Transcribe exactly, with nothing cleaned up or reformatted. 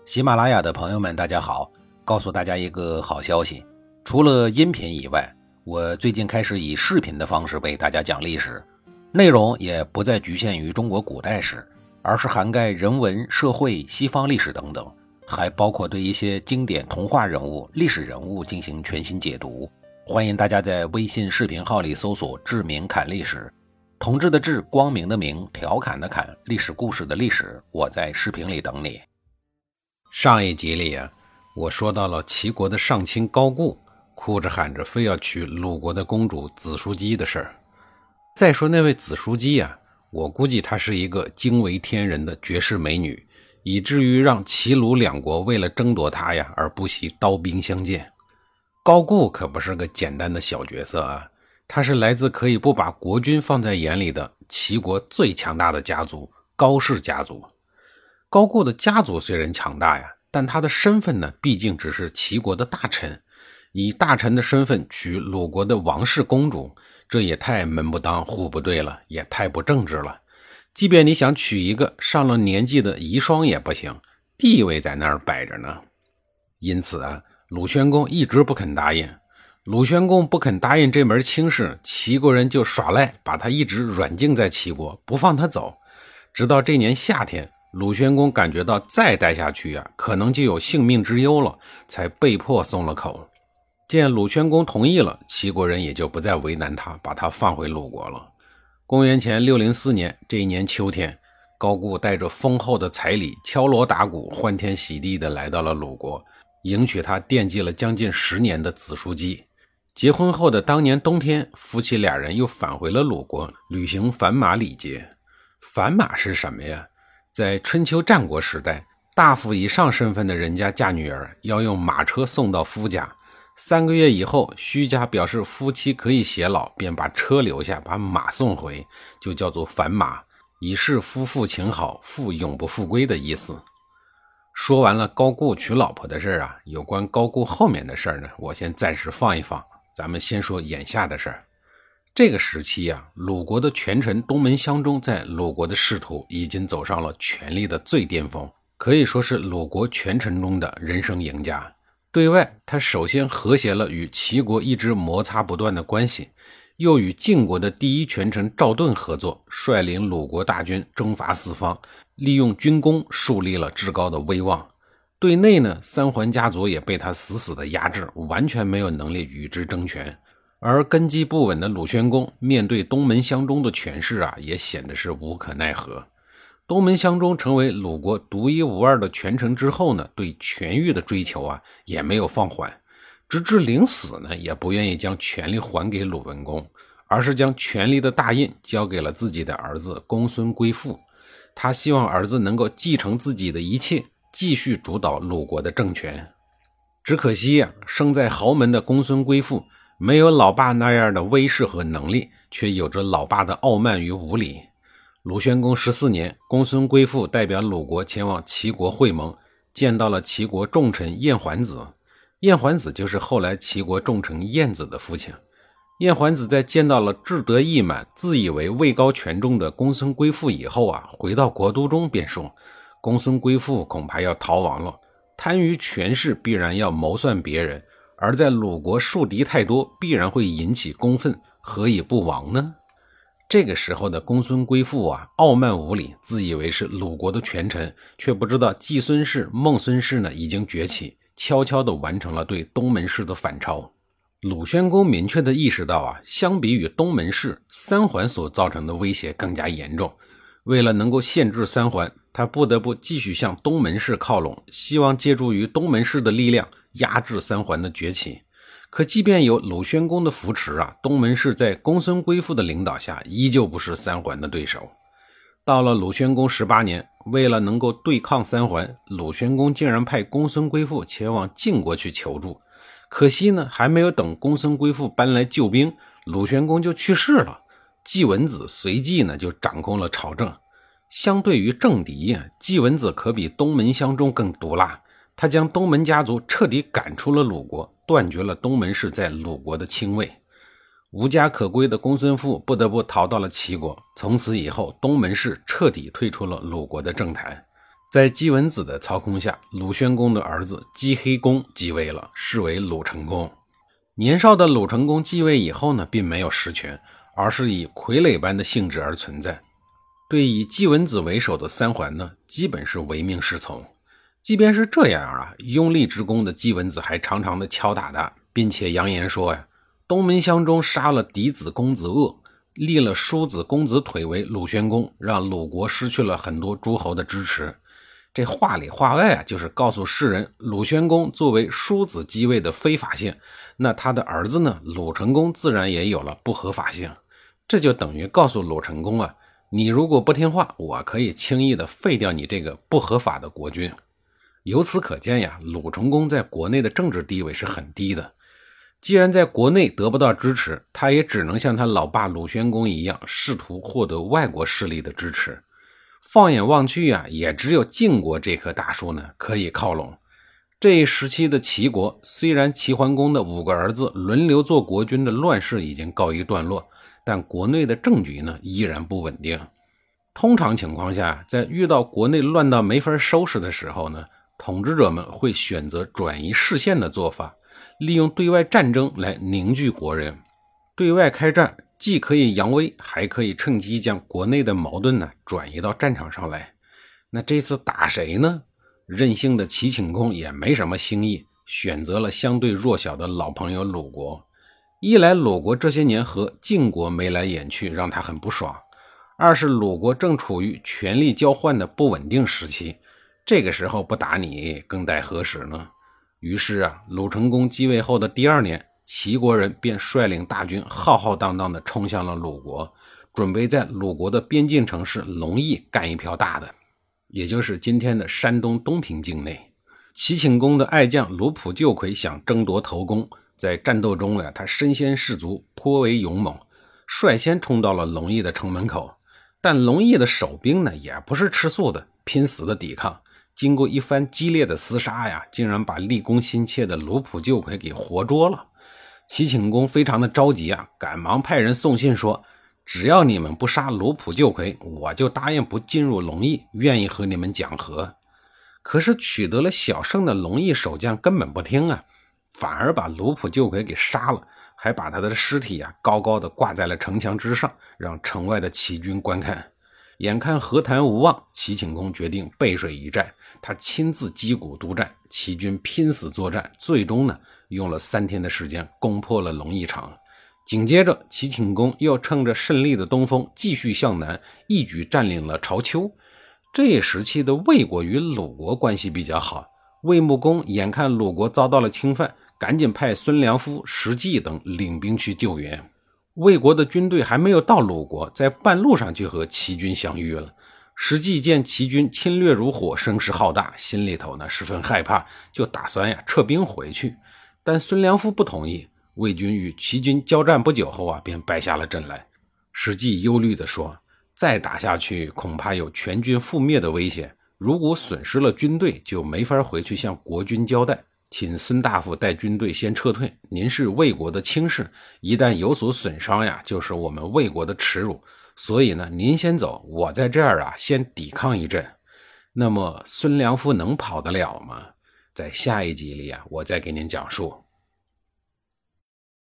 喜马拉雅的朋友们大家好，告诉大家一个好消息，除了音频以外，我最近开始以视频的方式为大家讲历史，内容也不再局限于中国古代史，而是涵盖人文、社会、西方历史等等，还包括对一些经典童话人物、历史人物进行全新解读。欢迎大家在微信视频号里搜索志明侃历史，同志的志，光明的明，调侃的侃，历史故事的历史，我在视频里等你。上一集里啊，我说到了齐国的上卿高固哭着喊着非要娶鲁国的公主子叔姬的事儿。再说那位子叔姬啊，我估计她是一个惊为天人的绝世美女，以至于让齐鲁两国为了争夺她呀而不惜刀兵相见。高固可不是个简单的小角色啊，他是来自可以不把国君放在眼里的齐国最强大的家族高氏家族。高固的家族虽然强大呀，但他的身份呢，毕竟只是齐国的大臣，以大臣的身份娶鲁国的王室公主，这也太门不当户不对了，也太不正直了。即便你想娶一个上了年纪的遗孀也不行，地位在那儿摆着呢。因此啊，鲁宣公一直不肯答应。鲁宣公不肯答应这门亲事，齐国人就耍赖，把他一直软禁在齐国，不放他走。直到这年夏天，鲁宣公感觉到再待下去啊，可能就有性命之忧了，才被迫松了口。见鲁宣公同意了，齐国人也就不再为难他，把他放回鲁国了。公元前六零四年，这一年秋天，高固带着丰厚的彩礼，敲锣打鼓，欢天喜地地来到了鲁国，迎娶他惦记了将近十年的子叔姬。结婚后的当年冬天，夫妻俩人又返回了鲁国，履行返马礼节。返马是什么呀？在春秋战国时代，大夫以上身份的人家嫁女儿要用马车送到夫家，三个月以后，须家表示夫妻可以偕老，便把车留下，把马送回，就叫做返马，以示夫妇情好，妇永不复归的意思。说完了高固娶老婆的事啊，有关高固后面的事呢，我先暂时放一放，咱们先说眼下的事儿。这个时期啊，鲁国的权臣东门襄中在鲁国的仕途已经走上了权力的最巅峰，可以说是鲁国权臣中的人生赢家。对外，他首先和谐了与齐国一直摩擦不断的关系，又与晋国的第一权臣赵盾合作，率领鲁国大军征伐四方，利用军功树立了至高的威望。对内呢，三桓家族也被他死死的压制，完全没有能力与之争权。而根基不稳的鲁宣公面对东门襄中的权势啊，也显得是无可奈何。东门襄中成为鲁国独一无二的权臣之后呢，对权欲的追求啊也没有放缓，直至临死呢也不愿意将权力还给鲁文公，而是将权力的大印交给了自己的儿子公孙归父。他希望儿子能够继承自己的一切，继续主导鲁国的政权。只可惜啊，生在豪门的公孙归父没有老爸那样的威势和能力，却有着老爸的傲慢与无礼。鲁宣公十四年，公孙归父代表鲁国前往齐国会盟，见到了齐国重臣晏桓子。晏桓子就是后来齐国重臣晏子的父亲。晏桓子在见到了志得意满、自以为位高权重的公孙归父以后啊，回到国都中便说，公孙归父恐怕要逃亡了，贪于权势必然要谋算别人，而在鲁国树敌太多，必然会引起公愤，何以不亡呢？这个时候的公孙归父啊，傲慢无礼，自以为是鲁国的权臣，却不知道季孙氏、孟孙氏呢已经崛起，悄悄地完成了对东门氏的反超。鲁宣公明确地意识到啊，相比于东门氏，三桓所造成的威胁更加严重。为了能够限制三桓，他不得不继续向东门氏靠拢，希望借助于东门氏的力量压制三桓的崛起。可即便有鲁宣公的扶持啊，东门氏在公孙归父的领导下依旧不是三桓的对手。到了鲁宣公十八年，为了能够对抗三桓，鲁宣公竟然派公孙归父前往晋国去求助。可惜呢，还没有等公孙归父搬来救兵，鲁宣公就去世了。季文子随即呢就掌控了朝政。相对于政敌啊，季文子可比东门襄中更毒辣。他将东门家族彻底赶出了鲁国，断绝了东门氏在鲁国的亲卫。无家可归的公孙父不得不逃到了齐国，从此以后东门氏彻底退出了鲁国的政坛。 在姬文子的操控下，鲁宣公的儿子姬黑公继位了，是为鲁成公。年少的鲁成公继位以后呢，并没有实权，而是以傀儡般的性质而存在。对以姬文子为首的三桓呢，基本是唯命是从。即便是这样啊，拥立之功的姬文子还常常的敲打他，并且扬言说呀，东门乡中杀了嫡子公子鄂，立了叔子公子腿为鲁宣公，让鲁国失去了很多诸侯的支持。这话里话外啊，就是告诉世人，鲁宣公作为叔子继位的非法性，那他的儿子呢，鲁成公自然也有了不合法性。这就等于告诉鲁成公啊，你如果不听话，我可以轻易的废掉你这个不合法的国君。由此可见呀，鲁成公在国内的政治地位是很低的。既然在国内得不到支持，他也只能像他老爸鲁宣公一样，试图获得外国势力的支持。放眼望去啊，也只有晋国这棵大树呢可以靠拢。这一时期的齐国，虽然齐桓公的五个儿子轮流做国君的乱世已经告一段落，但国内的政局呢依然不稳定。通常情况下，在遇到国内乱到没法收拾的时候呢，统治者们会选择转移视线的做法，利用对外战争来凝聚国人。对外开战既可以扬威，还可以趁机将国内的矛盾呢转移到战场上来。那这次打谁呢？任性的齐顷公也没什么新意，选择了相对弱小的老朋友鲁国。一来鲁国这些年和晋国眉来眼去，让他很不爽；二是鲁国正处于权力交换的不稳定时期，这个时候不打你，更待何时呢？于是啊，鲁成公继位后的第二年，齐国人便率领大军浩浩荡荡地冲向了鲁国，准备在鲁国的边境城市隆邑干一票大的，也就是今天的山东东平境内。齐顷公的爱将鲁普救魁想争夺头功，在战斗中呢，他身先士卒，颇为勇猛，率先冲到了隆邑的城门口。但隆邑的守兵呢，也不是吃素的，拼死的抵抗。经过一番激烈的厮杀呀，竟然把立功心切的鲁普救魁给活捉了。齐顷公非常的着急啊，赶忙派人送信说，只要你们不杀鲁普救魁，我就答应不进入隆邑，愿意和你们讲和。可是取得了小胜的隆邑守将根本不听啊，反而把鲁普救魁给杀了，还把他的尸体啊高高的挂在了城墙之上，让城外的齐军观看。眼看和谈无望，齐顷公决定背水一战，他亲自击鼓督战，齐军拼死作战，最终呢用了三天的时间攻破了隆邑城。紧接着齐顷公又趁着胜利的东风继续向南，一举占领了朝丘。这一时期的魏国与鲁国关系比较好，魏穆公眼看鲁国遭到了侵犯，赶紧派孙良夫、石季等领兵去救援。魏国的军队还没有到鲁国，在半路上就和齐军相遇了。石季见齐军侵略如火，声势浩大，心里头呢十分害怕，就打算呀撤兵回去。但孙良夫不同意，魏军与齐军交战不久后啊，便败下了阵来。石季忧虑地说，再打下去恐怕有全军覆灭的危险，如果损失了军队，就没法回去向国君交代，请孙大夫带军队先撤退，您是魏国的卿士，一旦有所损伤呀，就是我们魏国的耻辱，所以呢您先走，我在这儿啊先抵抗一阵。那么孙良夫能跑得了吗？在下一集里啊，我再给您讲述。